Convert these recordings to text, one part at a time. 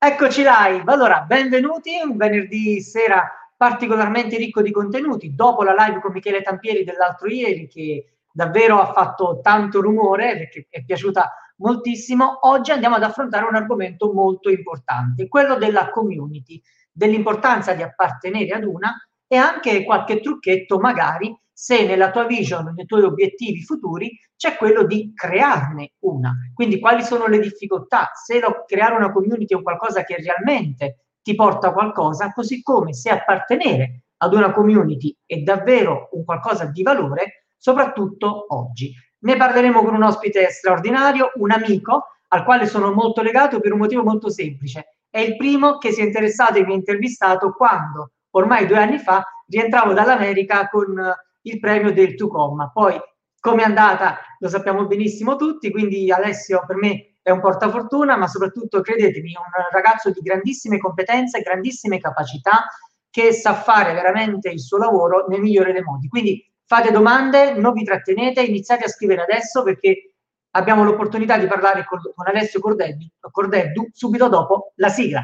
Eccoci live, allora benvenuti, un venerdì sera particolarmente ricco di contenuti, dopo la live con Michele Tampieri dell'altro ieri che davvero ha fatto tanto rumore perché è piaciuta moltissimo. Oggi andiamo ad affrontare un argomento molto importante, quello della community, dell'importanza di appartenere ad una e anche qualche trucchetto magari se nella tua vision, nei tuoi obiettivi futuri c'è quello di crearne una. Quindi quali sono le difficoltà? Se creare una community è un qualcosa che realmente ti porta a qualcosa, così come se appartenere ad una community è davvero un qualcosa di valore, soprattutto oggi. Ne parleremo con un ospite straordinario, un amico al quale sono molto legato per un motivo molto semplice. È il primo che si è interessato e mi ha intervistato quando, ormai 2 anni fa, rientravo dall'America con il premio del Tucumma. Poi, come è andata, lo sappiamo benissimo tutti, quindi Alessio per me è un portafortuna, ma soprattutto, credetemi, è un ragazzo di grandissime competenze, grandissime capacità, che sa fare veramente il suo lavoro nel migliore dei modi. Quindi fate domande, non vi trattenete, iniziate a scrivere adesso perché abbiamo l'opportunità di parlare con Alessio Cordeddu subito dopo la sigla.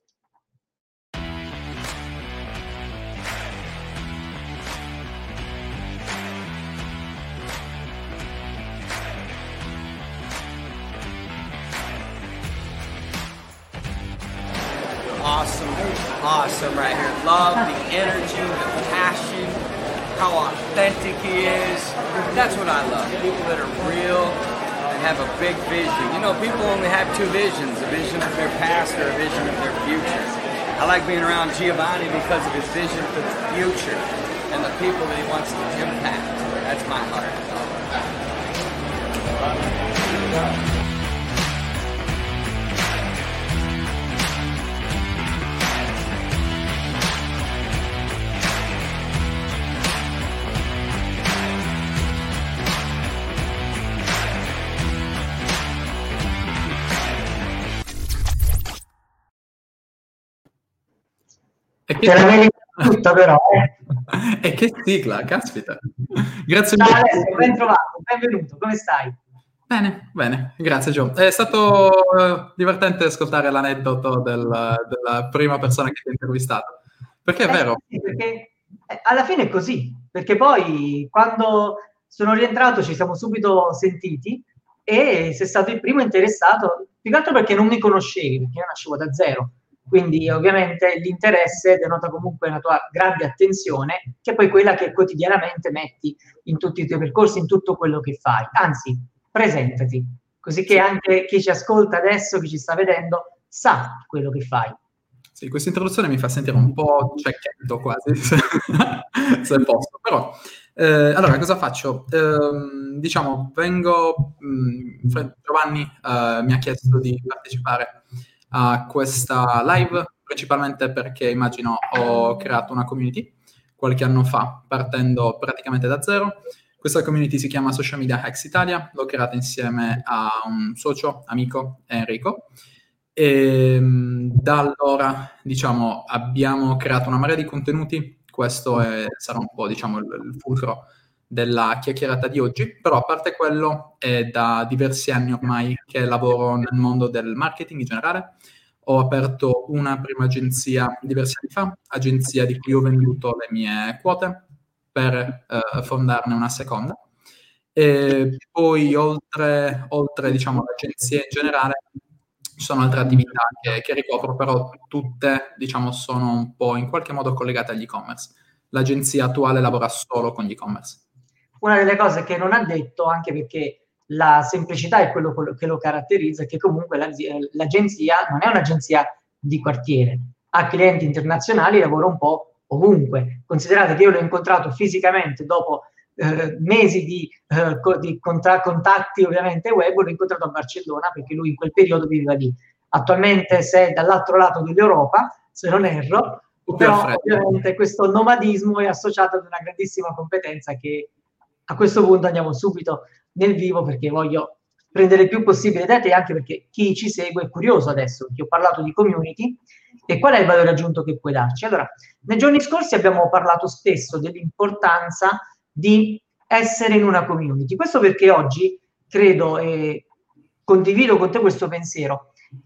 Awesome right here. Love the energy, the passion, how authentic he is. That's what I love. People that are real and have a big vision. You know, people only have two visions, a vision of their past or a vision of their future. I like being around Giovanni because of his vision for the future and the people that he wants to impact. That's my heart. Te la vedi tutta però. E che sigla, caspita. Grazie Ciao mille. Alessio, ben trovato, benvenuto, come stai? Bene, grazie Gio. È stato divertente ascoltare l'aneddoto della prima persona che ti ha intervistato, perché è vero. Sì, perché alla fine è così, perché poi quando sono rientrato ci siamo subito sentiti e sei stato il primo interessato, più che altro perché non mi conoscevi, perché io nascevo da zero. Quindi ovviamente l'interesse denota comunque una tua grande attenzione, che è poi quella che quotidianamente metti in tutti i tuoi percorsi, in tutto quello che fai. Anzi, presentati, così che anche chi ci ascolta adesso, chi ci sta vedendo, sa quello che fai. Sì, questa introduzione mi fa sentire un po' cecchetto quasi, se posso. Però, allora, cosa faccio? Diciamo, Giovanni mi ha chiesto di partecipare a questa live, principalmente perché immagino ho creato una community qualche anno fa, partendo praticamente da zero. Questa community si chiama Social Media Hacks Italia, l'ho creata insieme a un socio, amico, Enrico, e da allora, diciamo, abbiamo creato una marea di contenuti. Questo sarà un po', diciamo, il fulcro della chiacchierata di oggi, però a parte quello è da diversi anni ormai che lavoro nel mondo del marketing in generale. Ho aperto una prima agenzia diversi anni fa, agenzia di cui ho venduto le mie quote per fondarne una seconda. E poi oltre diciamo, l'agenzia in generale, ci sono altre attività che ricopro, però tutte, diciamo, sono un po' in qualche modo collegate agli e-commerce. L'agenzia attuale lavora solo con gli e-commerce. Una delle cose che non ha detto, anche perché la semplicità è quello che lo caratterizza, è che comunque l'agenzia non è un'agenzia di quartiere, ha clienti internazionali, lavora un po' ovunque. Considerate che io l'ho incontrato fisicamente dopo mesi di contatti ovviamente web, l'ho incontrato a Barcellona perché lui in quel periodo viveva lì. Attualmente sei dall'altro lato dell'Europa, se non erro, però ovviamente questo nomadismo è associato ad una grandissima competenza che a questo punto andiamo subito nel vivo perché voglio prendere il più possibile da te, anche perché chi ci segue è curioso adesso, perché ho parlato di community e qual è il valore aggiunto che puoi darci. Allora, nei giorni scorsi abbiamo parlato spesso dell'importanza di essere in una community. Questo perché oggi credo e condivido con te questo pensiero.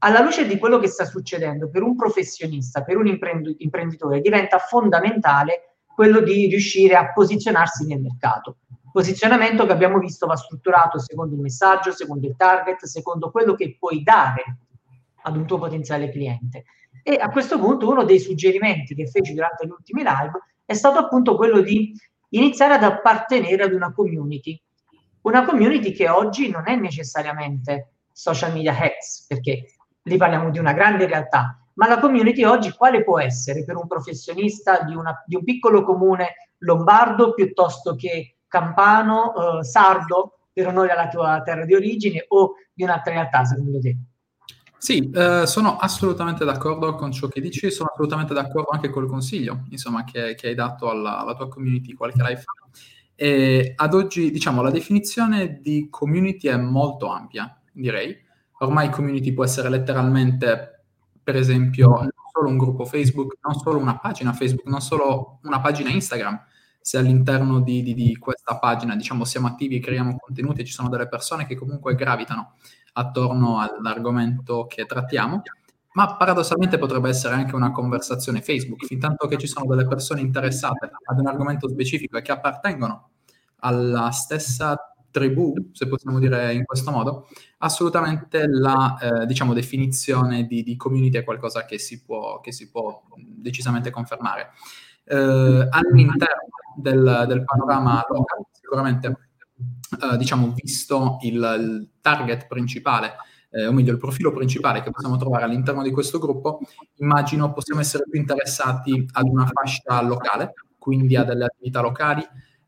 Alla luce di quello che sta succedendo, per un professionista, per un imprenditore, diventa fondamentale quello di riuscire a posizionarsi nel mercato. Posizionamento che abbiamo visto va strutturato secondo il messaggio, secondo il target, secondo quello che puoi dare ad un tuo potenziale cliente. E a questo punto uno dei suggerimenti che feci durante gli ultimi live è stato appunto quello di iniziare ad appartenere ad una community che oggi non è necessariamente social media hacks, perché lì parliamo di una grande realtà, ma la community oggi quale può essere per un professionista di un piccolo comune lombardo piuttosto che campano, sardo, per onore alla tua terra di origine, o di un'altra realtà, secondo te? Sì, sono assolutamente d'accordo con ciò che dici, sono assolutamente d'accordo anche col consiglio, insomma, che hai dato alla tua community qualche live fa. E ad oggi, diciamo, la definizione di community è molto ampia, direi. Ormai community può essere letteralmente, per esempio, non solo un gruppo Facebook, non solo una pagina Facebook, non solo una pagina Instagram. Se all'interno di questa pagina, diciamo, siamo attivi e creiamo contenuti e ci sono delle persone che comunque gravitano attorno all'argomento che trattiamo, ma paradossalmente potrebbe essere anche una conversazione Facebook, fintanto che ci sono delle persone interessate ad un argomento specifico e che appartengono alla stessa tribù, se possiamo dire in questo modo, assolutamente la diciamo, definizione di community è qualcosa che si può decisamente confermare. All'interno del panorama locale, sicuramente diciamo, visto il target principale, o meglio il profilo principale che possiamo trovare all'interno di questo gruppo, immagino possiamo essere più interessati ad una fascia locale, quindi a delle attività locali.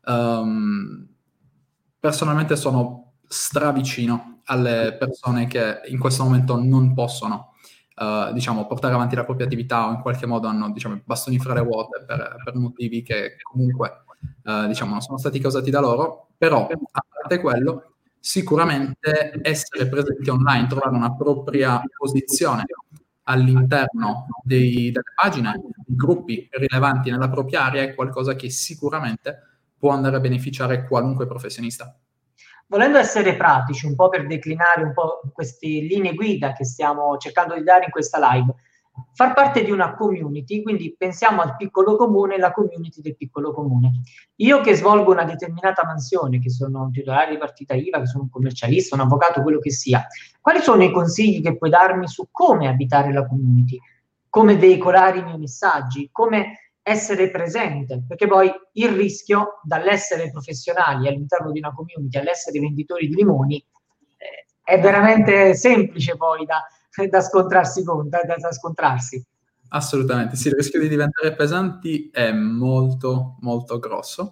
Personalmente sono stravicino alle persone che in questo momento non possono diciamo, portare avanti la propria attività o in qualche modo hanno, diciamo, bastoni fra le ruote per motivi che comunque diciamo, non sono stati causati da loro, però a parte quello sicuramente essere presenti online, trovare una propria posizione all'interno delle pagine, di gruppi rilevanti nella propria area è qualcosa che sicuramente può andare a beneficiare qualunque professionista. Volendo essere pratici, un po' per declinare un po' queste linee guida che stiamo cercando di dare in questa live, far parte di una community, quindi pensiamo al piccolo comune, la community del piccolo comune. Io che svolgo una determinata mansione, che sono un titolare di partita IVA, che sono un commercialista, un avvocato, quello che sia, quali sono i consigli che puoi darmi su come abitare la community, come veicolare i miei messaggi, come essere presente, perché poi il rischio dall'essere professionali all'interno di una community all'essere venditori di limoni è veramente semplice poi da scontrarsi da scontrarsi. Assolutamente, sì, il rischio di diventare pesanti è molto, molto grosso.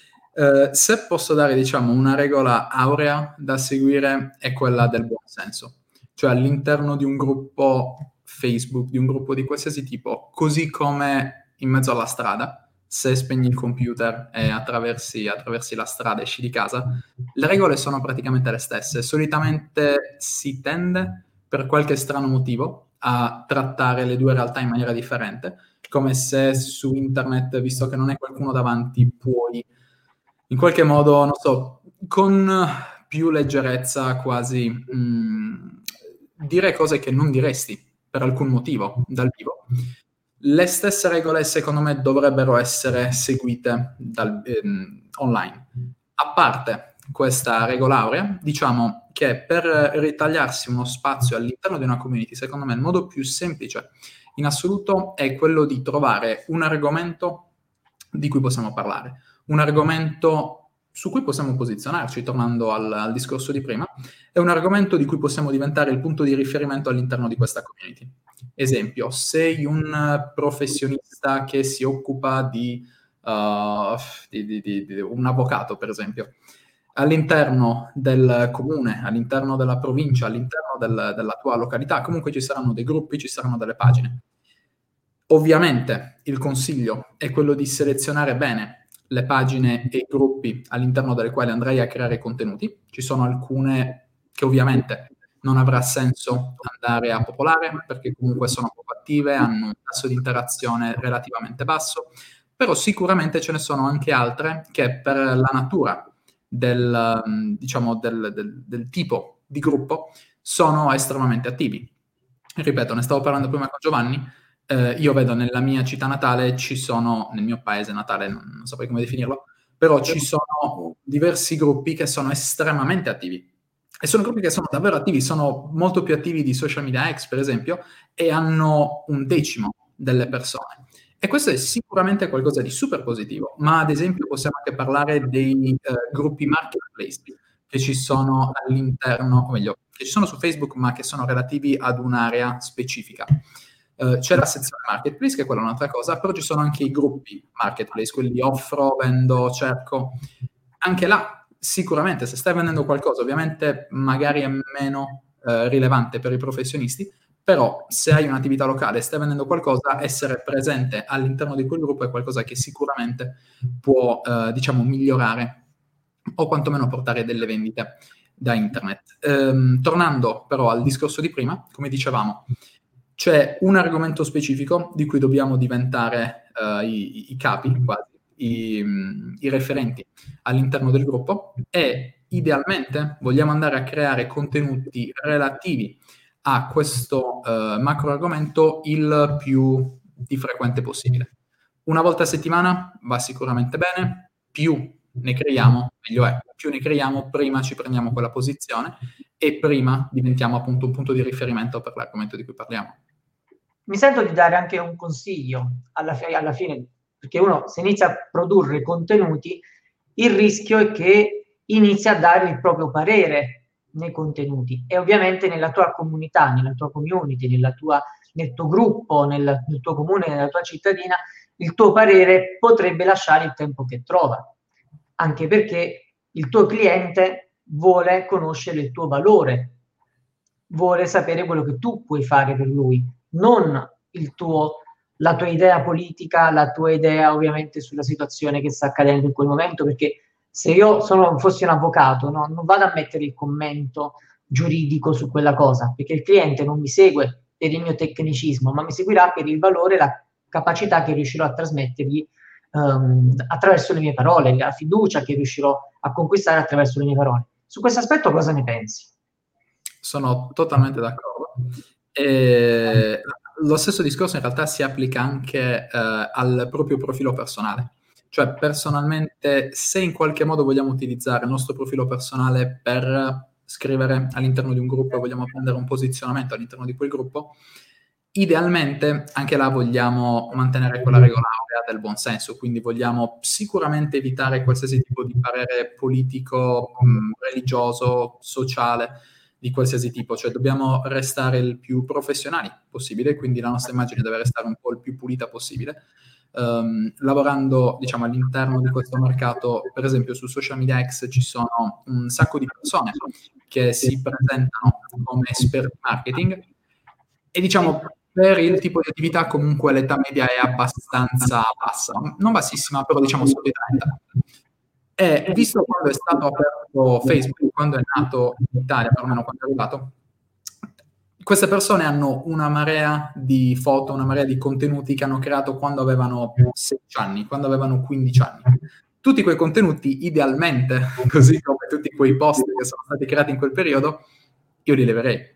Se posso dare, diciamo, una regola aurea da seguire è quella del buon senso, cioè all'interno di un gruppo Facebook, di un gruppo di qualsiasi tipo, così come in mezzo alla strada, se spegni il computer e attraversi la strada e esci di casa, le regole sono praticamente le stesse. Solitamente si tende, per qualche strano motivo, a trattare le due realtà in maniera differente, come se su internet, visto che non hai qualcuno davanti, puoi in qualche modo, non so, con più leggerezza quasi dire cose che non diresti per alcun motivo dal vivo. Le stesse regole, secondo me, dovrebbero essere seguite online. A parte questa regola aurea, diciamo che per ritagliarsi uno spazio all'interno di una community, secondo me il modo più semplice in assoluto è quello di trovare un argomento di cui possiamo parlare, un argomento su cui possiamo posizionarci, tornando al discorso di prima, è un argomento di cui possiamo diventare il punto di riferimento all'interno di questa community. Esempio, sei un professionista che si occupa di un avvocato, per esempio, all'interno del comune, all'interno della provincia, all'interno della tua località, comunque ci saranno dei gruppi, ci saranno delle pagine. Ovviamente il consiglio è quello di selezionare bene le pagine e i gruppi all'interno delle quali andrai a creare contenuti. Ci sono alcune che ovviamente non avrà senso andare a popolare perché comunque sono poco attive, hanno un tasso di interazione relativamente basso, però sicuramente ce ne sono anche altre che per la natura del tipo di gruppo sono estremamente attivi. ripeto, ne stavo parlando prima con Giovanni, io vedo nella mia città natale ci sono, nel mio paese natale, non saprei come definirlo, però ci sono diversi gruppi che sono estremamente attivi. E sono gruppi che sono davvero attivi, sono molto più attivi di Social Media X, per esempio, e hanno 1/10 delle persone. E questo è sicuramente qualcosa di super positivo, ma ad esempio possiamo anche parlare dei gruppi marketplace che ci sono all'interno, o meglio, che ci sono su Facebook, ma che sono relativi ad un'area specifica. C'è la sezione marketplace, che è quella un'altra cosa, però ci sono anche i gruppi marketplace, quelli offro, vendo, cerco. Anche là, sicuramente, se stai vendendo qualcosa, ovviamente magari è meno rilevante per i professionisti, però se hai un'attività locale e stai vendendo qualcosa, essere presente all'interno di quel gruppo è qualcosa che sicuramente può, diciamo, migliorare o quantomeno portare delle vendite da internet. Tornando però al discorso di prima, come dicevamo, c'è un argomento specifico di cui dobbiamo diventare i capi, quasi, i referenti all'interno del gruppo, e idealmente vogliamo andare a creare contenuti relativi a questo macro argomento il più di frequente possibile. Una volta a settimana va sicuramente bene, più ne creiamo, meglio è. Più ne creiamo, prima ci prendiamo quella posizione e prima diventiamo appunto un punto di riferimento per l'argomento di cui parliamo. Mi sento di dare anche un consiglio alla fine, perché uno se inizia a produrre contenuti, il rischio è che inizia a dare il proprio parere nei contenuti e ovviamente nella tua comunità, nella tua community, nel tuo gruppo, nel tuo comune, nella tua cittadina, il tuo parere potrebbe lasciare il tempo che trova, anche perché il tuo cliente vuole conoscere il tuo valore, vuole sapere quello che tu puoi fare per lui, non la tua idea politica, la tua idea ovviamente sulla situazione che sta accadendo in quel momento, perché se io fossi un avvocato, no, non vado a mettere il commento giuridico su quella cosa, perché il cliente non mi segue per il mio tecnicismo, ma mi seguirà per il valore e la capacità che riuscirò a trasmettergli attraverso le mie parole, la fiducia che riuscirò a conquistare attraverso le mie parole. Su questo aspetto cosa ne pensi? Sono totalmente d'accordo. Lo stesso discorso in realtà si applica anche al proprio profilo personale. Cioè, personalmente, se in qualche modo vogliamo utilizzare il nostro profilo personale per scrivere all'interno di un gruppo e vogliamo prendere un posizionamento all'interno di quel gruppo, idealmente anche là vogliamo mantenere quella regola aurea del buon senso, quindi vogliamo sicuramente evitare qualsiasi tipo di parere politico, religioso, sociale, di qualsiasi tipo, cioè dobbiamo restare il più professionali possibile, quindi la nostra immagine deve restare un po' il più pulita possibile. Lavorando, diciamo, all'interno di questo mercato, per esempio su Social Media X ci sono un sacco di persone che si presentano come esperti marketing e, diciamo, per il tipo di attività comunque l'età media è abbastanza bassa, non bassissima, però diciamo sotto i 30. E visto quando è stato aperto Facebook, quando è nato in Italia, perlomeno quando è arrivato, queste persone hanno una marea di foto, una marea di contenuti che hanno creato quando avevano 16 anni, quando avevano 15 anni. Tutti quei contenuti, idealmente, così come tutti quei post che sono stati creati in quel periodo, io li leverei.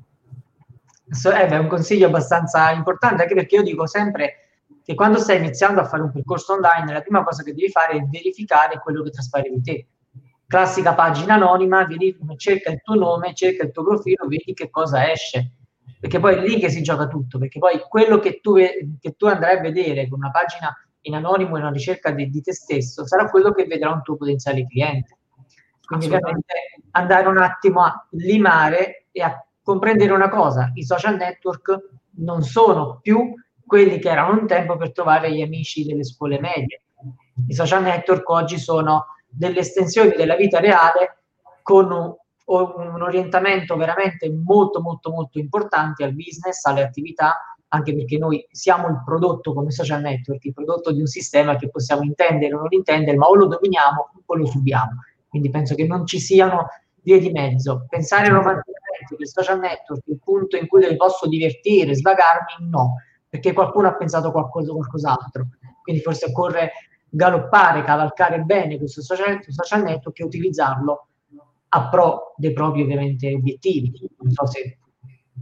È un consiglio abbastanza importante, anche perché io dico sempre che quando stai iniziando a fare un percorso online, la prima cosa che devi fare è verificare quello che traspare di te. Classica pagina anonima, cerca il tuo nome, cerca il tuo profilo, vedi che cosa esce, perché poi è lì che si gioca tutto, perché poi quello che tu andrai a vedere con una pagina in anonimo e una ricerca di te stesso sarà quello che vedrà un tuo potenziale cliente. Quindi ovviamente andare un attimo a limare e a comprendere una cosa: i social network non sono più quelli che erano un tempo per trovare gli amici delle scuole medie. I social network oggi sono delle estensioni della vita reale con un orientamento veramente molto molto molto importante al business, alle attività, anche perché noi siamo il prodotto come social network, il prodotto di un sistema che possiamo intendere o non intendere, ma o lo dominiamo o lo subiamo. Quindi penso che non ci siano vie di mezzo. Pensare romanticamente che il social network è il punto in cui mi posso divertire, svagarmi, no, perché qualcuno ha pensato qualcos'altro. Quindi forse occorre galoppare, cavalcare bene questo social network e utilizzarlo a pro dei propri ovviamente obiettivi. Non so se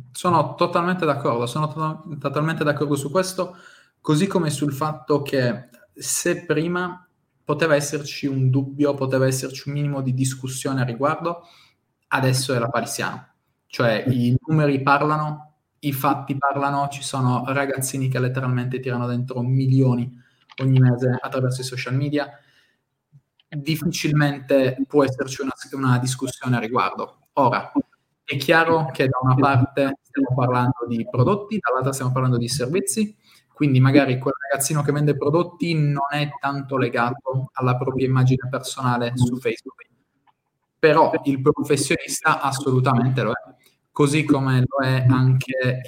Sono totalmente d'accordo, totalmente d'accordo su questo, così come sul fatto che se prima poteva esserci un dubbio, poteva esserci un minimo di discussione a riguardo, adesso è lapalissiano. Cioè i numeri parlano, i fatti parlano, ci sono ragazzini che letteralmente tirano dentro milioni ogni mese attraverso i social media. Difficilmente può esserci una discussione a riguardo. Ora, è chiaro che da una parte stiamo parlando di prodotti, dall'altra stiamo parlando di servizi, quindi magari quel ragazzino che vende prodotti non è tanto legato alla propria immagine personale su Facebook, però il professionista assolutamente lo è, così come lo è anche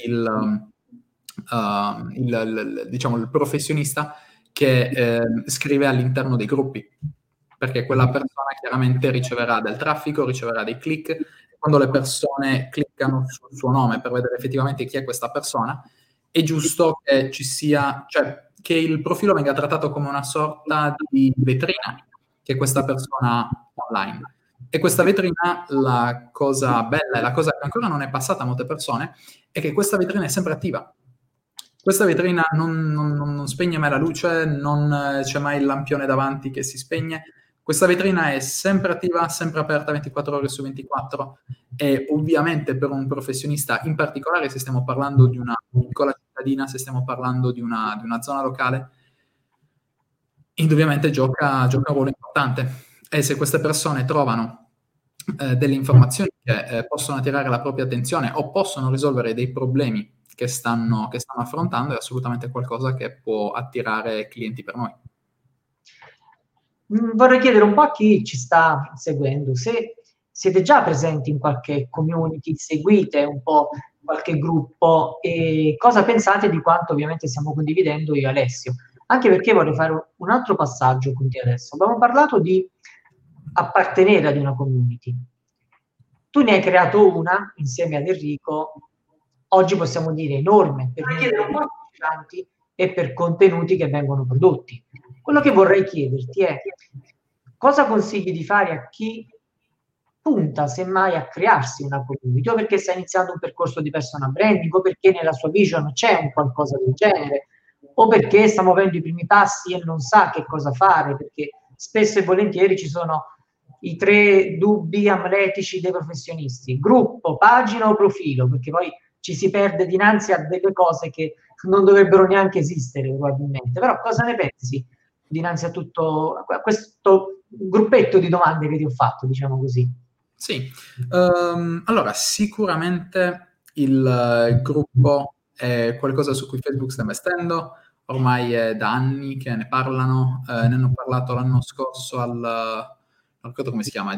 diciamo, il professionista che scrive all'interno dei gruppi, perché quella persona chiaramente riceverà del traffico, riceverà dei click. Quando le persone cliccano sul suo nome per vedere effettivamente chi è questa persona, è giusto che ci sia, cioè che il profilo venga trattato come una sorta di vetrina che questa persona ha online. E questa vetrina, la cosa bella e la cosa che ancora non è passata a molte persone, è che questa vetrina è sempre attiva. Questa vetrina non spegne mai la luce, non c'è mai il lampione davanti che si spegne. Questa vetrina è sempre attiva, sempre aperta 24 ore su 24 e ovviamente per un professionista, in particolare se stiamo parlando di una piccola cittadina, se stiamo parlando di una zona locale, indubbiamente gioca un ruolo importante. E se queste persone trovano delle informazioni che possono attirare la propria attenzione o possono risolvere dei problemi che stanno affrontando, è assolutamente qualcosa che può attirare clienti per noi. Vorrei chiedere un po' a chi ci sta seguendo se siete già presenti in qualche community, seguite un po' qualche gruppo e cosa pensate di quanto ovviamente stiamo condividendo io e Alessio. Anche perché vorrei fare un altro passaggio con te adesso. Abbiamo parlato di appartenere ad una community. Tu ne hai creato una insieme ad Enrico, oggi possiamo dire enorme, per partecipanti e per contenuti che vengono prodotti. Quello che vorrei chiederti è cosa consigli di fare a chi punta semmai a crearsi una community, o perché sta iniziando un percorso di personal branding, o perché nella sua vision c'è un qualcosa del genere, o perché sta muovendo i primi passi e non sa che cosa fare, perché spesso e volentieri ci sono i 3 dubbi amletici dei professionisti: gruppo, pagina o profilo, perché poi ci si perde dinanzi a delle cose che non dovrebbero neanche esistere probabilmente. Però cosa ne pensi dinanzi a tutto a questo gruppetto di domande che ti ho fatto, diciamo così? Sì, allora sicuramente il gruppo è qualcosa su cui Facebook sta investendo, ormai è da anni che ne parlano, ne hanno parlato l'anno scorso non ricordo come si chiama,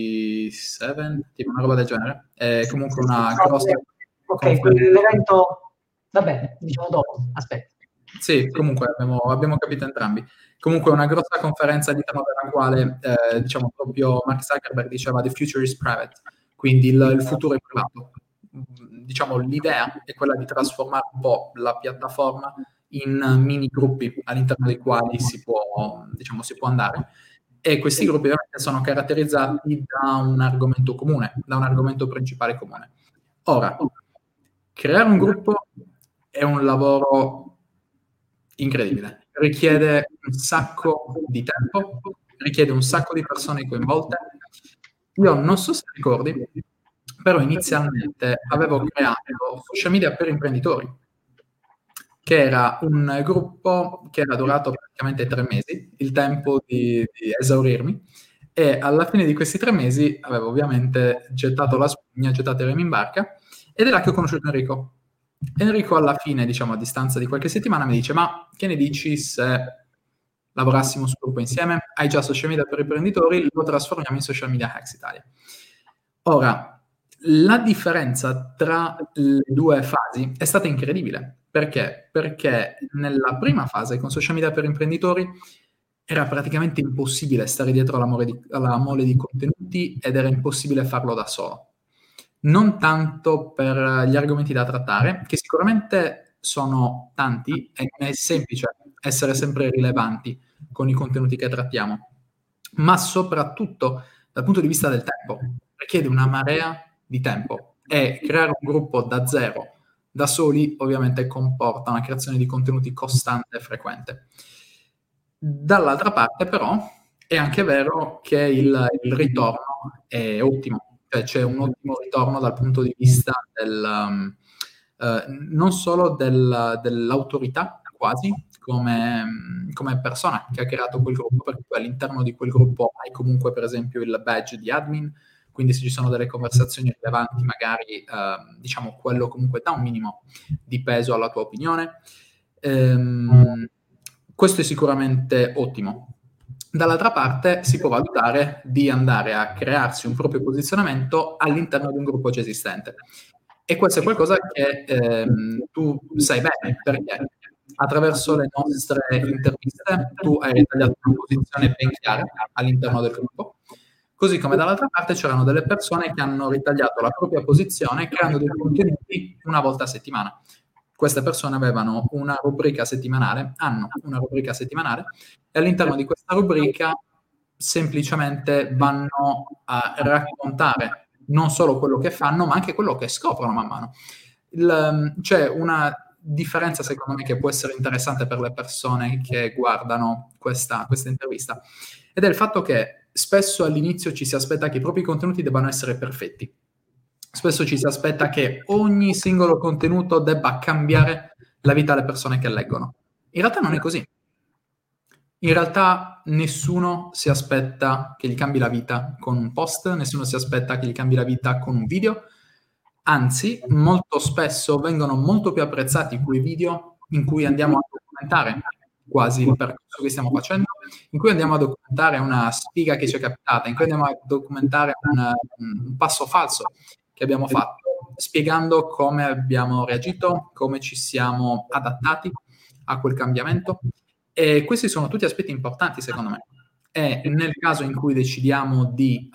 G7, tipo una roba del genere, è comunque una grossa... Ok, quell'evento, vabbè, diciamo dopo, aspetta. Sì, comunque abbiamo capito entrambi. Comunque una grossa conferenza all'interno della quale, diciamo, proprio Mark Zuckerberg diceva "The future is private", quindi il futuro è privato. Diciamo, l'idea è quella di trasformare un po' la piattaforma in mini gruppi all'interno dei quali si può andare. E questi gruppi ovviamente sono caratterizzati da un argomento comune, da un argomento principale comune. Ora, creare un gruppo è un lavoro incredibile, richiede un sacco di tempo, richiede un sacco di persone coinvolte. Io non so se ricordi, però inizialmente avevo creato Social Media per Imprenditori, che era un gruppo che era durato praticamente 3 mesi, il tempo di esaurirmi, e alla fine di questi 3 mesi avevo ovviamente gettato la spugna, gettato i remi in barca, ed è là che ho conosciuto Enrico. Enrico alla fine, diciamo a distanza di qualche settimana, mi dice: ma che ne dici se lavorassimo sul gruppo insieme? Hai già Social Media per Imprenditori, lo trasformiamo in Social Media Hacks Italia. Ora, la differenza tra le 2 fasi è stata incredibile. Perché? Perché nella prima fase, con Social Media per Imprenditori, era praticamente impossibile stare dietro alla mole di contenuti ed era impossibile farlo da solo. Non tanto per gli argomenti da trattare, che sicuramente sono tanti e non è semplice essere sempre rilevanti con i contenuti che trattiamo, ma soprattutto dal punto di vista del tempo. Richiede una marea di tempo e creare un gruppo da zero, da soli, ovviamente comporta una creazione di contenuti costante e frequente. Dall'altra parte, però, è anche vero che il ritorno è ottimo, cioè c'è un ottimo ritorno dal punto di vista non solo dell'autorità, quasi, come persona che ha creato quel gruppo, perché poi all'interno di quel gruppo hai comunque, per esempio, il badge di admin, quindi se ci sono delle conversazioni rilevanti, magari, diciamo, quello comunque dà un minimo di peso alla tua opinione. Questo è sicuramente ottimo. Dall'altra parte si può valutare di andare a crearsi un proprio posizionamento all'interno di un gruppo già esistente. E questo è qualcosa che tu sai bene, perché attraverso le nostre interviste tu hai ritagliato una posizione ben chiara all'interno del gruppo, così come dall'altra parte c'erano delle persone che hanno ritagliato la propria posizione creando dei contenuti una volta a settimana. Queste persone avevano una rubrica settimanale, hanno una rubrica settimanale, e all'interno di questa rubrica semplicemente vanno a raccontare non solo quello che fanno, ma anche quello che scoprono man mano. C'è una differenza, secondo me, che può essere interessante per le persone che guardano questa intervista, ed è il fatto che spesso all'inizio ci si aspetta che i propri contenuti debbano essere perfetti. Spesso ci si aspetta che ogni singolo contenuto debba cambiare la vita alle persone che leggono. In realtà non è così. In realtà nessuno si aspetta che gli cambi la vita con un post, nessuno si aspetta che gli cambi la vita con un video, anzi, molto spesso vengono molto più apprezzati quei video in cui andiamo a documentare quasi il percorso che stiamo facendo, in cui andiamo a documentare una sfiga che ci è capitata, in cui andiamo a documentare un passo falso che abbiamo fatto, spiegando come abbiamo reagito, come ci siamo adattati a quel cambiamento. E questi sono tutti aspetti importanti, secondo me. E nel caso in cui decidiamo di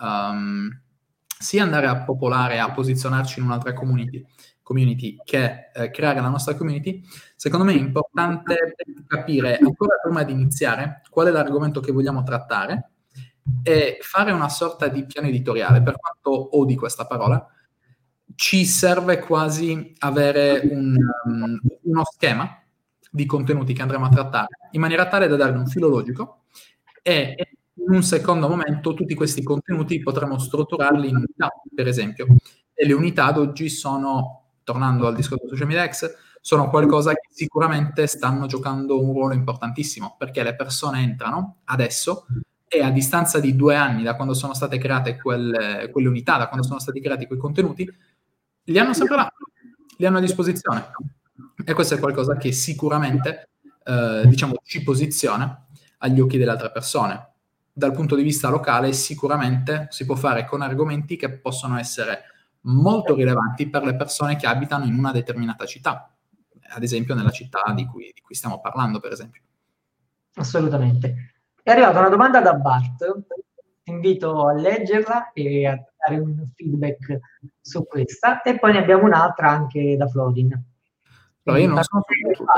sia andare a popolare, a posizionarci in un'altra community che creare la nostra community, secondo me è importante capire, ancora prima di iniziare, qual è l'argomento che vogliamo trattare e fare una sorta di piano editoriale. Per quanto odi questa parola, ci serve quasi avere uno schema di contenuti che andremo a trattare, in maniera tale da darne un filo logico, e in un secondo momento tutti questi contenuti potremo strutturarli in unità, per esempio. E le unità ad oggi sono, tornando al discorso social media X, sono qualcosa che sicuramente stanno giocando un ruolo importantissimo, perché le persone entrano adesso e a distanza di 2 anni da quando sono state create quelle unità, da quando sono stati creati quei contenuti, li hanno sempre là, li hanno a disposizione. E questo è qualcosa che sicuramente diciamo, ci posiziona agli occhi delle altre persone. Dal punto di vista locale sicuramente si può fare con argomenti che possono essere molto rilevanti per le persone che abitano in una determinata città, ad esempio nella città di cui stiamo parlando, per esempio. Assolutamente. È arrivata una domanda da Bart, ti invito a leggerla e a dare un feedback su questa, e poi ne abbiamo un'altra anche da Florin. Però io non sono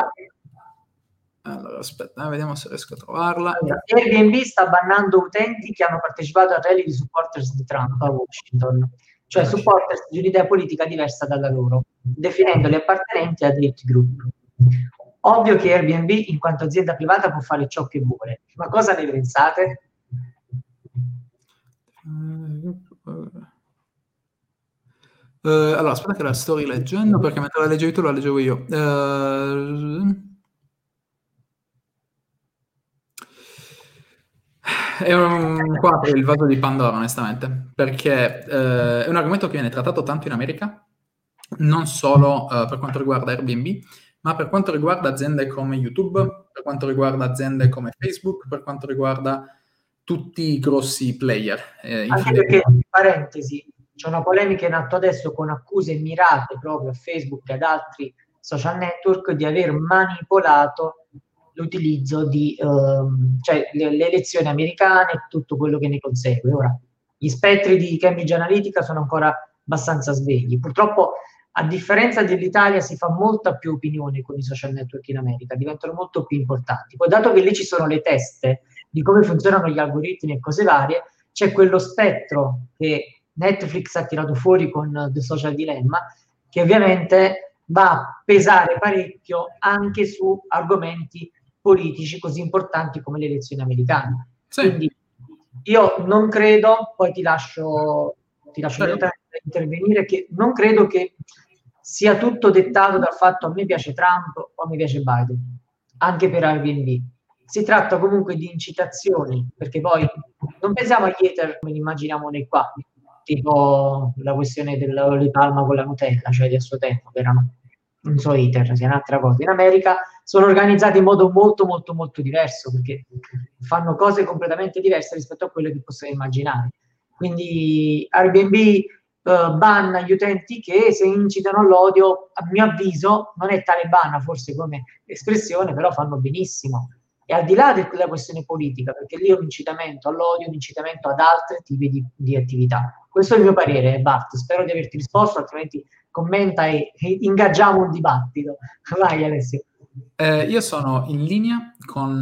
allora, aspetta, vediamo se riesco a trovarla. Allora, Airbnb sta bannando utenti che hanno partecipato a rally di supporters di Trump a Washington, cioè supporters di un'idea politica diversa dalla loro, definendoli appartenenti ad hate group. Ovvio che Airbnb, in quanto azienda privata, può fare ciò che vuole, ma cosa ne pensate? Allora, aspetta che la sto rileggendo, perché mentre la leggevi tu la leggevo io. È qua per il vaso di Pandora, onestamente, perché è un argomento che viene trattato tanto in America, non solo per quanto riguarda Airbnb, ma per quanto riguarda aziende come YouTube, per quanto riguarda aziende come Facebook, per quanto riguarda tutti i grossi player. Anche perché, in parentesi, c'è una polemica in atto adesso con accuse mirate proprio a Facebook e ad altri social network di aver manipolato l'utilizzo di cioè le elezioni americane e tutto quello che ne consegue. Ora, gli spettri di Cambridge Analytica sono ancora abbastanza svegli. Purtroppo, a differenza dell'Italia, si fa molta più opinione con i social network in America, diventano molto più importanti. Poi, dato che lì ci sono le teste di come funzionano gli algoritmi e cose varie, c'è quello spettro che Netflix ha tirato fuori con The Social Dilemma, che ovviamente va a pesare parecchio anche su argomenti politici così importanti come le elezioni americane. Sì. Quindi io non credo, poi ti lascio intervenire, che non credo che sia tutto dettato dal fatto a me piace Trump o a me piace Biden, anche per Airbnb. Si tratta comunque di incitazioni, perché poi non pensiamo agli hater come li immaginiamo noi qua, tipo la questione dell'olio di palma con la Nutella, cioè del suo tempo, che erano, non so, hater, sia un'altra cosa. In America sono organizzati in modo molto molto molto diverso, perché fanno cose completamente diverse rispetto a quelle che possiamo immaginare. Quindi Airbnb banna gli utenti che se incitano all'odio, a mio avviso, non è talebana forse come espressione, però fanno benissimo. E al di là della questione politica, perché lì è un incitamento all'odio, un incitamento ad altri tipi di attività. Questo è il mio parere, Bart. Spero di averti risposto, altrimenti commenta e ingaggiamo un dibattito. Vai, Alessio. Io sono in linea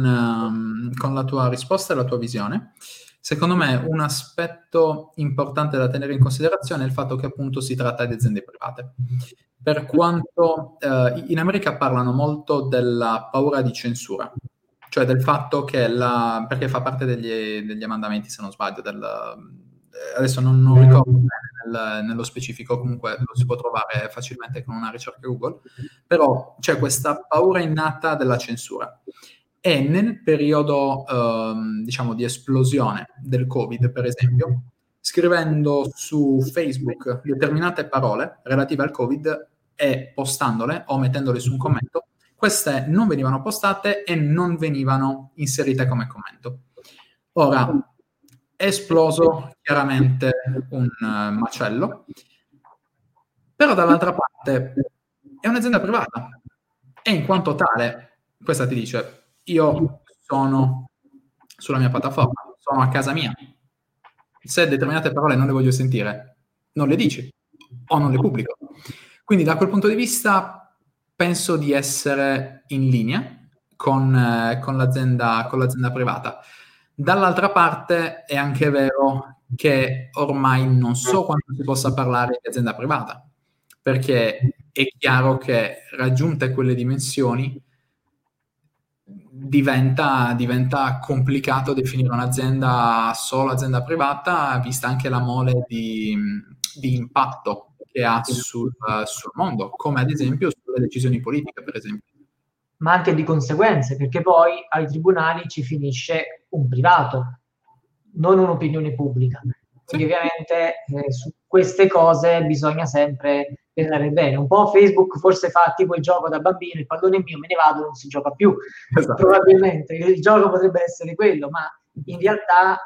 con la tua risposta e la tua visione. Secondo me un aspetto importante da tenere in considerazione è il fatto che appunto si tratta di aziende private. Per quanto in America parlano molto della paura di censura, cioè del fatto che perché fa parte degli emendamenti, se non sbaglio, adesso non ricordo bene nello specifico, comunque lo si può trovare facilmente con una ricerca Google, però c'è questa paura innata della censura. E nel periodo, diciamo, di esplosione del Covid, per esempio, scrivendo su Facebook determinate parole relative al Covid e postandole o mettendole su un commento, queste non venivano postate e non venivano inserite come commento. Ora, è esploso chiaramente un macello, però dall'altra parte è un'azienda privata e in quanto tale, questa ti dice: io sono sulla mia piattaforma, sono a casa mia. Se determinate parole non le voglio sentire, non le dici o non le pubblico. Quindi da quel punto di vista penso di essere in linea con l'azienda privata. Dall'altra parte è anche vero che ormai non so quanto si possa parlare di azienda privata, perché è chiaro che raggiunte quelle dimensioni diventa complicato definire un'azienda solo azienda privata, vista anche la mole di impatto che ha sul mondo, come ad esempio sulle decisioni politiche, per esempio. Ma anche di conseguenze, perché poi ai tribunali ci finisce un privato, non un'opinione pubblica. Quindi ovviamente su queste cose bisogna sempre pensare bene. Un po' Facebook forse fa tipo il gioco da bambino, il pallone è mio, me ne vado, non si gioca più. Esatto. Probabilmente il gioco potrebbe essere quello, ma in realtà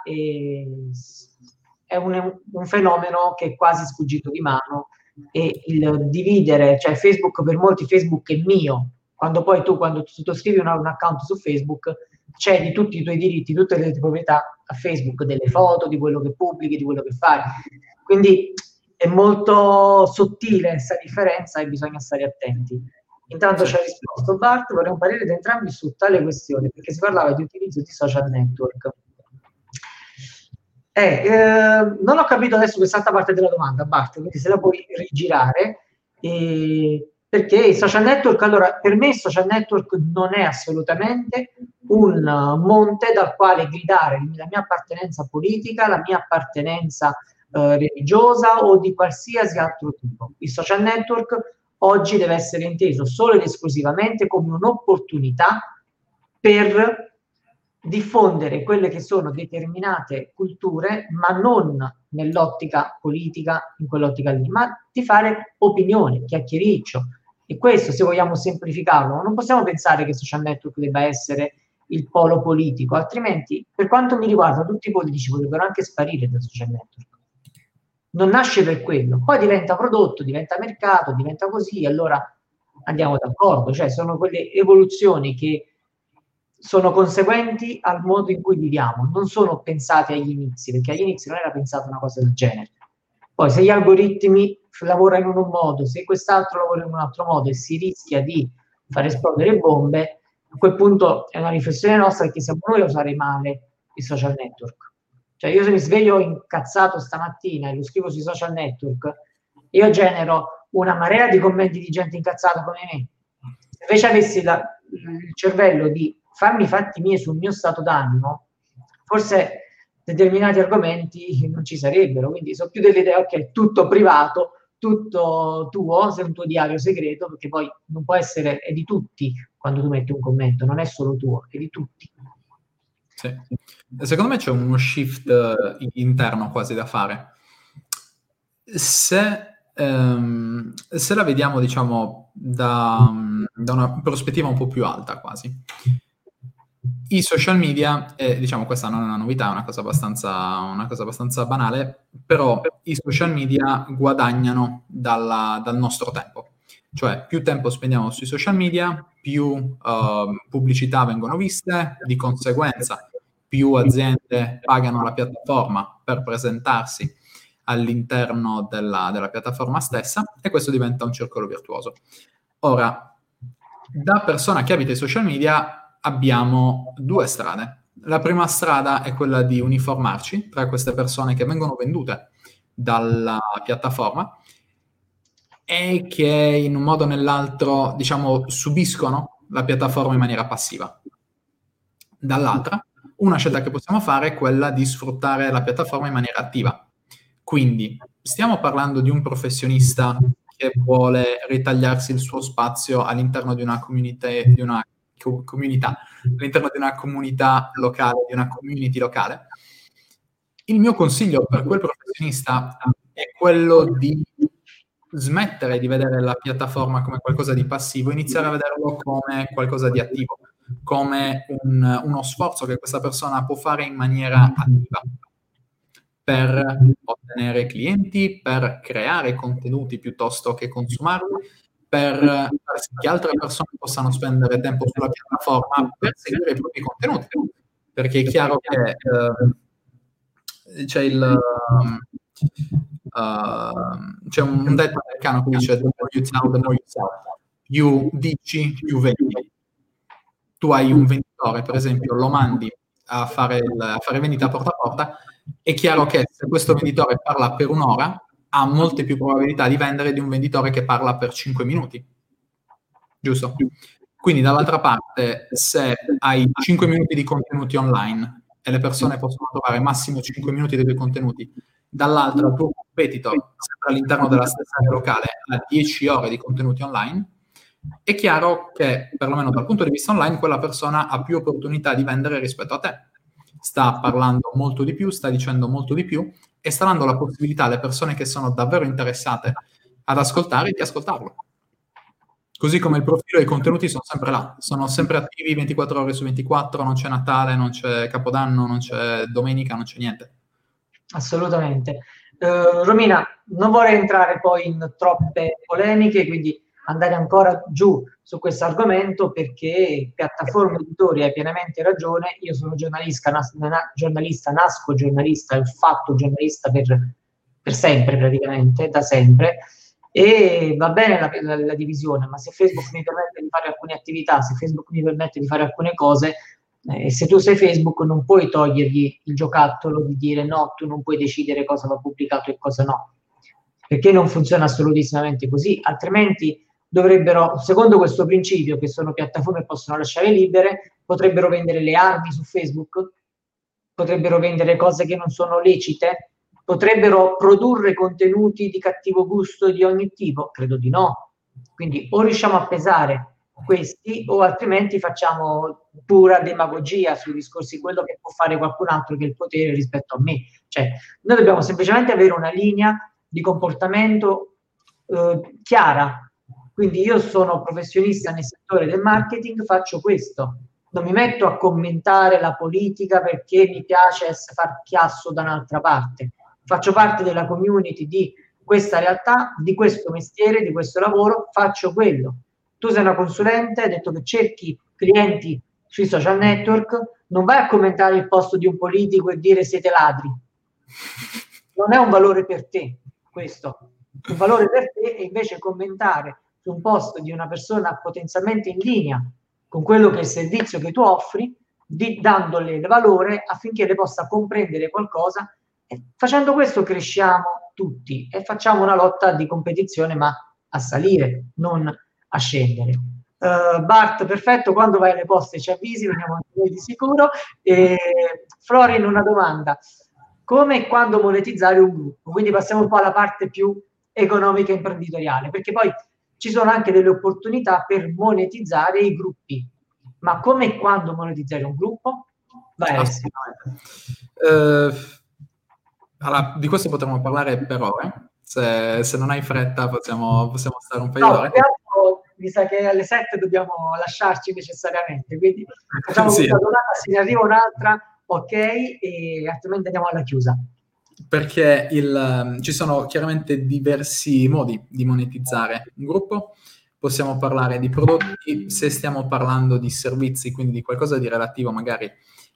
è un fenomeno che è quasi sfuggito di mano, e il dividere, cioè Facebook, per molti Facebook è mio, quando tu sottoscrivi un account su Facebook cedi tutti i tuoi diritti, tutte le tue proprietà a Facebook, delle foto, di quello che pubblichi, di quello che fai. Quindi è molto sottile questa differenza e bisogna stare attenti. Intanto ci ha risposto Bart, vorrei un parere da entrambi su tale questione, perché si parlava di utilizzo di social network. Non ho capito adesso quest'altra parte della domanda, Bart, quindi se la puoi rigirare. Perché i social network, allora, per me il social network non è assolutamente un monte dal quale gridare la mia appartenenza politica, la mia appartenenza religiosa o di qualsiasi altro tipo. Il social network oggi deve essere inteso solo ed esclusivamente come un'opportunità per diffondere quelle che sono determinate culture, ma non nell'ottica politica, in quell'ottica lì, ma di fare opinione, chiacchiericcio. E questo, se vogliamo semplificarlo, non possiamo pensare che il social network debba essere il polo politico, altrimenti, per quanto mi riguarda, tutti i politici potrebbero anche sparire dal social network. Non nasce per quello, poi diventa prodotto, diventa mercato, diventa così, allora andiamo d'accordo, cioè sono quelle evoluzioni che sono conseguenti al modo in cui viviamo, non sono pensate agli inizi, perché agli inizi non era pensata una cosa del genere. Poi se gli algoritmi lavorano in un modo, se quest'altro lavora in un altro modo e si rischia di far esplodere bombe, a quel punto è una riflessione nostra, perché siamo noi a usare male i social network. Cioè io se mi sveglio incazzato stamattina e lo scrivo sui social network, io genero una marea di commenti di gente incazzata come me. Se invece avessi il cervello di farmi i fatti miei sul mio stato d'animo, forse determinati argomenti non ci sarebbero. Quindi sono più delle idee, ok, tutto privato, tutto tuo, sei un tuo diario segreto, perché poi non può essere, è di tutti quando tu metti un commento, non è solo tuo, è di tutti. Sì. Secondo me c'è uno shift interno quasi da fare. Se la vediamo, diciamo, da una prospettiva un po' più alta quasi. I social media, diciamo questa non è una novità, è una cosa abbastanza banale, però i social media guadagnano dal nostro tempo. Cioè, più tempo spendiamo sui social media, più pubblicità vengono viste, di conseguenza più aziende pagano la piattaforma per presentarsi all'interno della piattaforma stessa, e questo diventa un circolo virtuoso. Ora, da persona che abita i social media abbiamo due strade. La prima strada è quella di uniformarci tra queste persone che vengono vendute dalla piattaforma e che in un modo o nell'altro, diciamo, subiscono la piattaforma in maniera passiva. Dall'altra, una scelta che possiamo fare è quella di sfruttare la piattaforma in maniera attiva. Quindi stiamo parlando di un professionista che vuole ritagliarsi il suo spazio all'interno di una comunità, all'interno di una comunità locale, di una community locale. Il mio consiglio per quel professionista è quello di smettere di vedere la piattaforma come qualcosa di passivo, iniziare a vederlo come qualcosa di attivo, come uno sforzo che questa persona può fare in maniera attiva per ottenere clienti, per creare contenuti piuttosto che consumarli, per far sì che altre persone possano spendere tempo sulla piattaforma per seguire i propri contenuti. Perché è chiaro che c'è un detto americano che dice: the more you tell, the more you sell. Più dici, più vendi. Tu hai un venditore, per esempio, lo mandi a fare vendita porta a porta, è chiaro che se questo venditore parla per un'ora ha molte più probabilità di vendere di un venditore che parla per 5 minuti. Giusto? Quindi dall'altra parte, se hai 5 minuti di contenuti online e le persone possono trovare massimo 5 minuti dei tuoi contenuti, dall'altra il tuo competitor, sempre all'interno della stessa area locale, ha 10 ore di contenuti online, è chiaro che, perlomeno dal punto di vista online, quella persona ha più opportunità di vendere rispetto a te. Sta parlando molto di più, sta dicendo molto di più e sta dando la possibilità alle persone che sono davvero interessate ad ascoltare di ascoltarlo. Così come il profilo e i contenuti sono sempre là, sono sempre attivi 24 ore su 24, non c'è Natale, non c'è Capodanno, non c'è domenica, non c'è niente. Assolutamente. Romina, non vorrei entrare poi in troppe polemiche, quindi andare ancora giù su questo argomento, perché piattaforme editori hai pienamente ragione. Io sono giornalista, nasco giornalista, ho fatto giornalista per sempre, praticamente, da sempre, e va bene la divisione, ma se Facebook mi permette di fare alcune attività, se Facebook mi permette di fare alcune cose, se tu sei Facebook non puoi togliergli il giocattolo di dire no, tu non puoi decidere cosa va pubblicato e cosa no, perché non funziona assolutissimamente così. Altrimenti dovrebbero, secondo questo principio, che sono piattaforme che possono lasciare libere, potrebbero vendere le armi su Facebook, potrebbero vendere cose che non sono lecite, potrebbero produrre contenuti di cattivo gusto di ogni tipo? Credo di no. Quindi o riusciamo a pesare questi, o altrimenti facciamo pura demagogia sui discorsi, quello che può fare qualcun altro che ha il potere rispetto a me. Cioè, noi dobbiamo semplicemente avere una linea di comportamento chiara. Quindi io sono professionista nel settore del marketing, faccio questo. Non mi metto a commentare la politica perché mi piace far chiasso da un'altra parte. Faccio parte della community di questa realtà, di questo mestiere, di questo lavoro, faccio quello. Tu sei una consulente, hai detto che cerchi clienti sui social network, non vai a commentare il post di un politico e dire siete ladri. Non è un valore per te questo. Un valore per te è invece commentare un post di una persona potenzialmente in linea con quello che è il servizio che tu offri, dandole il valore affinché le possa comprendere qualcosa, e facendo questo cresciamo tutti e facciamo una lotta di competizione, ma a salire, non a scendere. Bart, perfetto, quando vai alle poste ci avvisi, veniamo anche noi di sicuro. Florin, una domanda: come e quando monetizzare un gruppo? Quindi passiamo un po' alla parte più economica e imprenditoriale, perché poi ci sono anche delle opportunità per monetizzare i gruppi. Ma come e quando monetizzare un gruppo? Vai, Alessio. Allora, di questo potremmo parlare per ore. Se non hai fretta possiamo stare un paio d'ore. Mi sa che alle 7 dobbiamo lasciarci necessariamente, quindi facciamo questa domanda, se ne arriva un'altra, ok, e altrimenti andiamo alla chiusa. Perché ci sono chiaramente diversi modi di monetizzare un gruppo. Possiamo parlare di prodotti, se stiamo parlando di servizi, quindi di qualcosa di relativo magari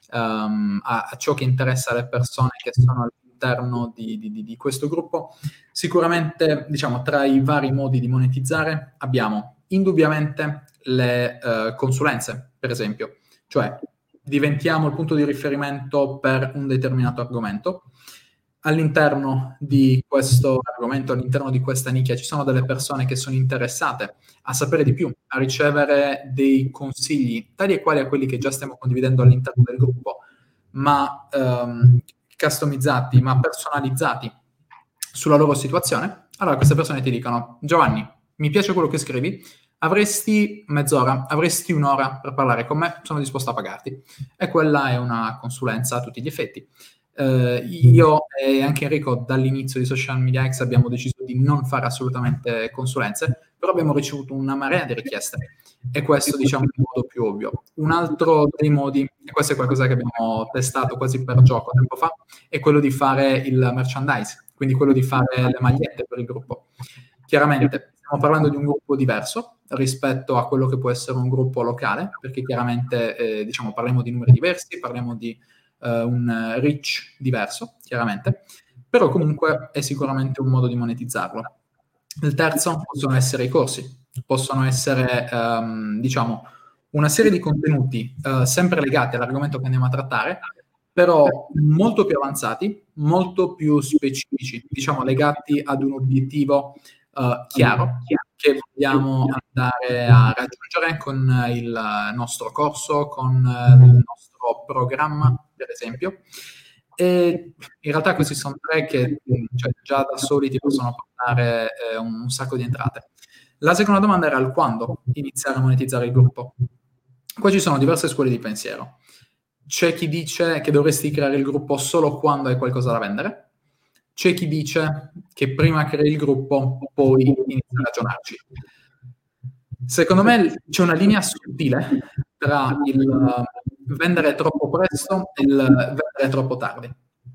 a ciò che interessa le persone che sono all'interno di questo gruppo. Sicuramente, diciamo, tra i vari modi di monetizzare abbiamo indubbiamente le consulenze, per esempio, cioè diventiamo il punto di riferimento per un determinato argomento. All'interno di questo argomento, all'interno di questa nicchia, ci sono delle persone che sono interessate a sapere di più, a ricevere dei consigli tali e quali a quelli che già stiamo condividendo all'interno del gruppo, ma customizzati, ma personalizzati sulla loro situazione. Allora queste persone ti dicono: Giovanni, mi piace quello che scrivi, avresti mezz'ora, avresti un'ora per parlare con me, sono disposto a pagarti. E quella è una consulenza a tutti gli effetti. Io e anche Enrico dall'inizio di Social Media X abbiamo deciso di non fare assolutamente consulenze, però abbiamo ricevuto una marea di richieste, e questo, diciamo, è il modo più ovvio. Un altro dei modi, e questo è qualcosa che abbiamo testato quasi per gioco tempo fa, è quello di fare il merchandise, quindi quello di fare le magliette per il gruppo. Chiaramente stiamo parlando di un gruppo diverso rispetto a quello che può essere un gruppo locale, perché chiaramente diciamo, parliamo di numeri diversi, parliamo di un reach diverso, chiaramente, però comunque è sicuramente un modo di monetizzarlo. Il terzo possono essere i corsi, possono essere diciamo una serie di contenuti sempre legati all'argomento che andiamo a trattare, però molto più avanzati, molto più specifici, diciamo legati ad un obiettivo chiaro che vogliamo andare a raggiungere con il nostro corso, con il nostro programma, per esempio. E in realtà questi sono tre che già da soli ti possono portare un sacco di entrate. La seconda domanda era il quando iniziare a monetizzare il gruppo. Qua ci sono diverse scuole di pensiero. C'è chi dice che dovresti creare il gruppo solo quando hai qualcosa da vendere. C'è chi dice che prima crei il gruppo, poi inizi a ragionarci. Secondo me c'è una linea sottile tra il vendere troppo presto e il vendere troppo tardi.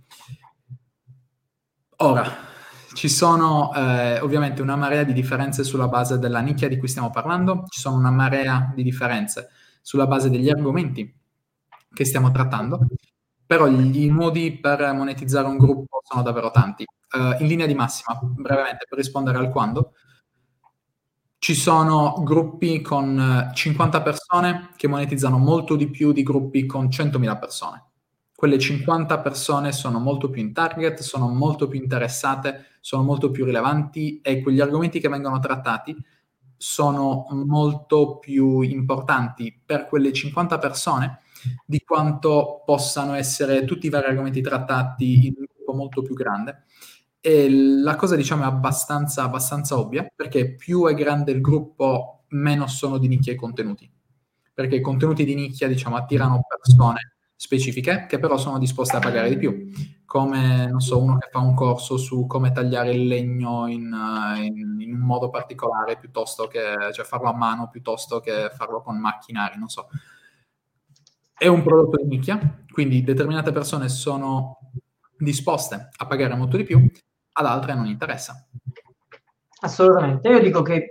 Ora, ci sono ovviamente una marea di differenze sulla base della nicchia di cui stiamo parlando, ci sono una marea di differenze sulla base degli argomenti che stiamo trattando, però i modi per monetizzare un gruppo sono davvero tanti. In linea di massima, brevemente, per rispondere al quando, ci sono gruppi con 50 persone che monetizzano molto di più di gruppi con 100.000 persone. Quelle 50 persone sono molto più in target, sono molto più interessate, sono molto più rilevanti, e quegli argomenti che vengono trattati sono molto più importanti per quelle 50 persone di quanto possano essere tutti i vari argomenti trattati in un gruppo molto più grande. E la cosa, diciamo, è abbastanza ovvia, perché più è grande il gruppo, meno sono di nicchia i contenuti. Perché i contenuti di nicchia, diciamo, attirano persone specifiche che però sono disposte a pagare di più. Come, non so, uno che fa un corso su come tagliare il legno in un modo particolare, piuttosto che, cioè, farlo a mano, piuttosto che farlo con macchinari, non so. È un prodotto di nicchia, quindi determinate persone sono disposte a pagare molto di più, ad altre non interessa. Assolutamente. Io dico che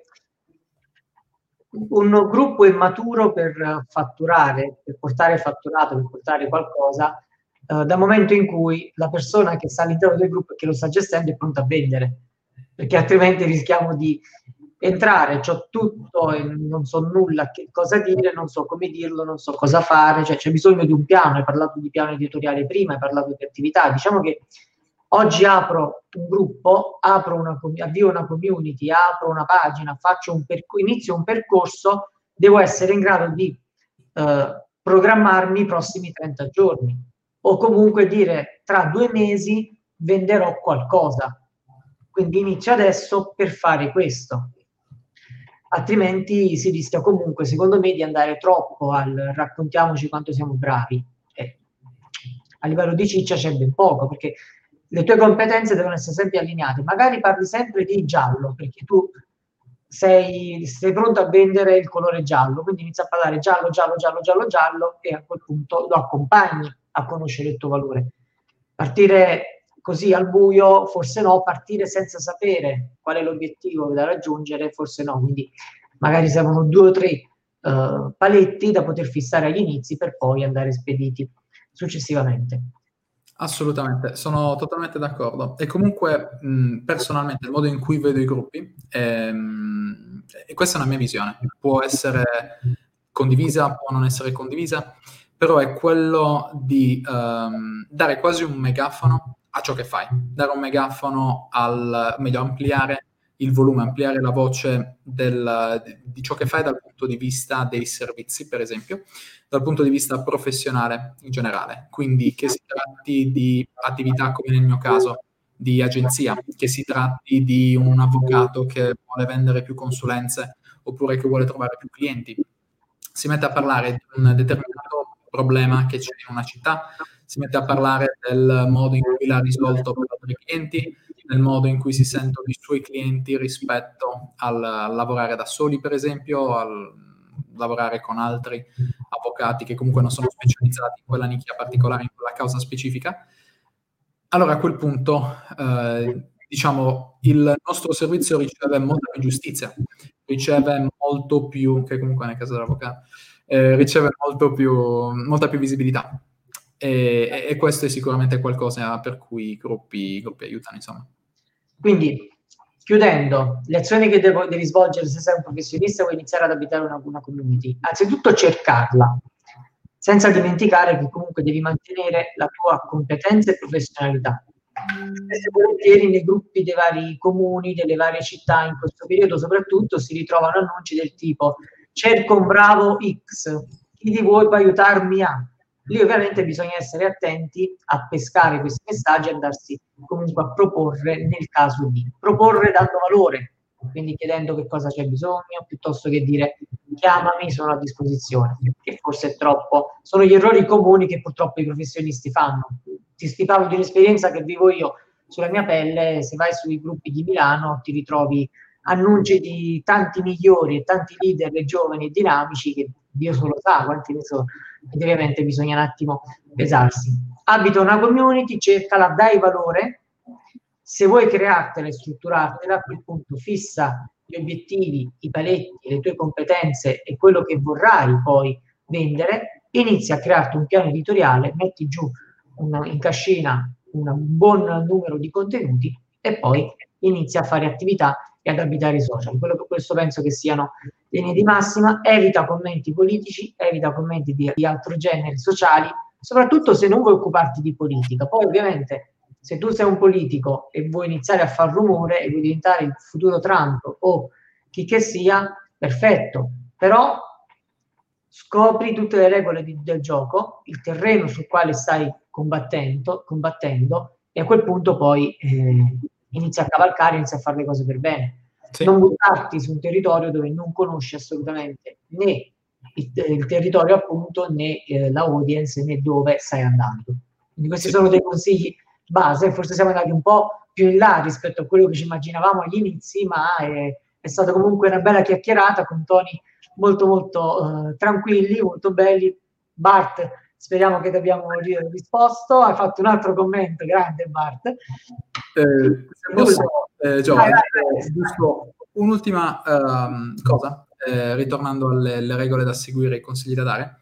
un gruppo è maturo per fatturare, per portare fatturato, per portare qualcosa, dal momento in cui la persona che sta all'interno del gruppo e che lo sta gestendo è pronta a vendere, perché altrimenti rischiamo di entrare, c'ho tutto e non so nulla che cosa dire, non so come dirlo, non so cosa fare, cioè c'è bisogno di un piano. Hai parlato di piano editoriale prima, hai parlato di attività. Diciamo che oggi apro un gruppo, avvio una community, apro una pagina, inizio un percorso, devo essere in grado di programmarmi i prossimi 30 giorni o comunque dire tra 2 mesi venderò qualcosa. Quindi inizio adesso per fare questo. Altrimenti si rischia comunque, secondo me, di andare troppo al raccontiamoci quanto siamo bravi. A livello di ciccia c'è ben poco, perché le tue competenze devono essere sempre allineate. Magari parli sempre di giallo, perché tu sei pronto a vendere il colore giallo, quindi inizi a parlare giallo, giallo, giallo, giallo, giallo, e a quel punto lo accompagni a conoscere il tuo valore. Partire così al buio, forse no, partire senza sapere qual è l'obiettivo da raggiungere, forse no, quindi magari servono 2 o 3 paletti da poter fissare agli inizi per poi andare spediti successivamente. Assolutamente, sono totalmente d'accordo. E comunque, personalmente, il modo in cui vedo i gruppi, e questa è una mia visione, può essere condivisa, può non essere condivisa, però è quello di dare quasi un megafono a ciò che fai, dare un megafono meglio ampliare il volume, ampliare la voce di ciò che fai dal punto di vista dei servizi, per esempio, dal punto di vista professionale in generale. Quindi che si tratti di attività come nel mio caso, di agenzia, che si tratti di un avvocato che vuole vendere più consulenze oppure che vuole trovare più clienti, si mette a parlare di un determinato problema che c'è in una città, si mette a parlare del modo in cui l'ha risolto per altri clienti, del modo in cui si sentono i suoi clienti rispetto al lavorare da soli, per esempio, al lavorare con altri avvocati che comunque non sono specializzati in quella nicchia particolare, in quella causa specifica. Allora a quel punto, diciamo, il nostro servizio riceve molta più giustizia, riceve molto più, che comunque nel caso dell'avvocato, riceve molta più visibilità. E questo è sicuramente qualcosa per cui i gruppi aiutano, insomma. Quindi, chiudendo, le azioni che devi svolgere se sei un professionista e vuoi iniziare ad abitare una community, anzitutto cercarla, senza dimenticare che comunque devi mantenere la tua competenza e professionalità. Spesso e volentieri nei gruppi dei vari comuni, delle varie città, in questo periodo soprattutto, si ritrovano annunci del tipo cerco un bravo X, chi di voi può aiutarmi a? Lì ovviamente bisogna essere attenti a pescare questi messaggi e andarsi comunque a proporre nel caso di proporre dando valore, quindi chiedendo che cosa c'è bisogno, piuttosto che dire chiamami, sono a disposizione, che forse è troppo. Sono gli errori comuni che purtroppo i professionisti fanno. Ti parlo di un'esperienza che vivo io sulla mia pelle. Se vai sui gruppi di Milano ti ritrovi annunci di tanti migliori e tanti leader giovani e dinamici che Dio solo sa quanti ne sono, ed ovviamente bisogna un attimo pesarsi. Abita una community, cercala, dai valore. Se vuoi creartela e strutturartela, a quel punto fissa gli obiettivi, i paletti, le tue competenze e quello che vorrai poi vendere, inizia a crearti un piano editoriale, metti giù in cascina un buon numero di contenuti e poi inizia a fare attività e ad abitare i social. Questo penso che siano linee di massima. Evita commenti politici, evita commenti di altro genere, sociali, soprattutto se non vuoi occuparti di politica. Poi ovviamente se tu sei un politico e vuoi iniziare a far rumore e vuoi diventare il futuro Trump o chi che sia, perfetto, però scopri tutte le regole del gioco, il terreno sul quale stai combattendo e a quel punto poi inizia a cavalcare, inizia a fare le cose per bene. Sì. Non buttarti su un territorio dove non conosci assolutamente né il territorio appunto, né l'audience, né dove stai andando. Quindi questi sono dei consigli base. Forse siamo andati un po' più in là rispetto a quello che ci immaginavamo agli inizi, ma è stata comunque una bella chiacchierata con toni molto molto tranquilli, molto belli. Bart, speriamo che ti abbiamo risposto. Hai fatto un altro commento, grande Bart. Giusto un'ultima cosa, ritornando alle regole da seguire, i consigli da dare.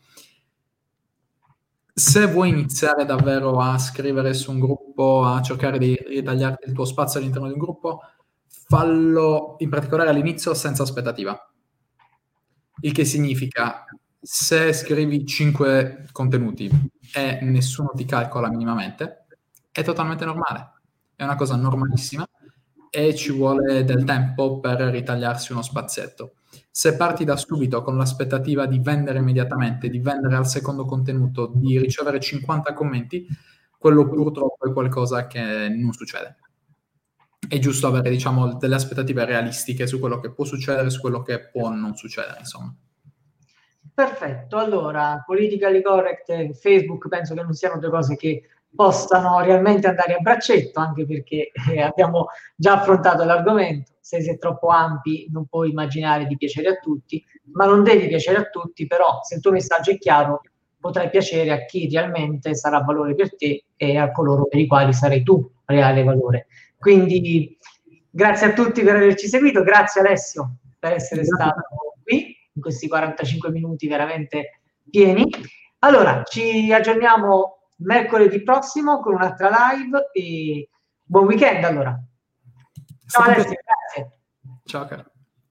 Se vuoi iniziare davvero a scrivere su un gruppo, a cercare di ritagliarti il tuo spazio all'interno di un gruppo, fallo in particolare all'inizio senza aspettativa. Il che significa, se scrivi 5 contenuti e nessuno ti calcola minimamente, è totalmente normale. È una cosa normalissima e ci vuole del tempo per ritagliarsi uno spazietto. Se parti da subito con l'aspettativa di vendere immediatamente, di vendere al secondo contenuto, di ricevere 50 commenti, quello purtroppo è qualcosa che non succede. È giusto avere, diciamo, delle aspettative realistiche su quello che può succedere, su quello che può non succedere, insomma. Perfetto, allora, politically correct e Facebook penso che non siano due cose che possano realmente andare a braccetto, anche perché abbiamo già affrontato l'argomento. Se sei troppo ampi non puoi immaginare di piacere a tutti, ma non devi piacere a tutti, però se il tuo messaggio è chiaro potrai piacere a chi realmente sarà valore per te e a coloro per i quali sarai tu reale valore. Quindi grazie a tutti per averci seguito, grazie Alessio per essere stato qui in questi 45 minuti veramente pieni. Allora, ci aggiorniamo mercoledì prossimo con un'altra live e buon weekend allora. Ciao Alessio, grazie. Ciao caro.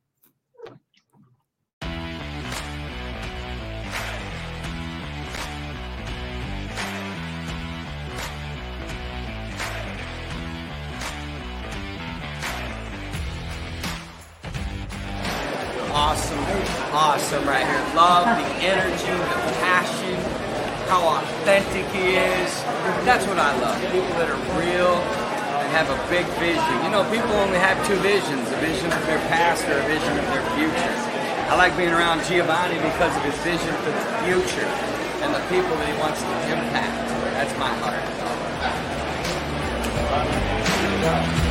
Awesome right here. Love the energy, the passion, how authentic he is. That's what I love. People that are real and have a big vision. You know, people only have two visions, a vision of their past or a vision of their future. I like being around Giovanni because of his vision for the future and the people that he wants to impact. That's my heart.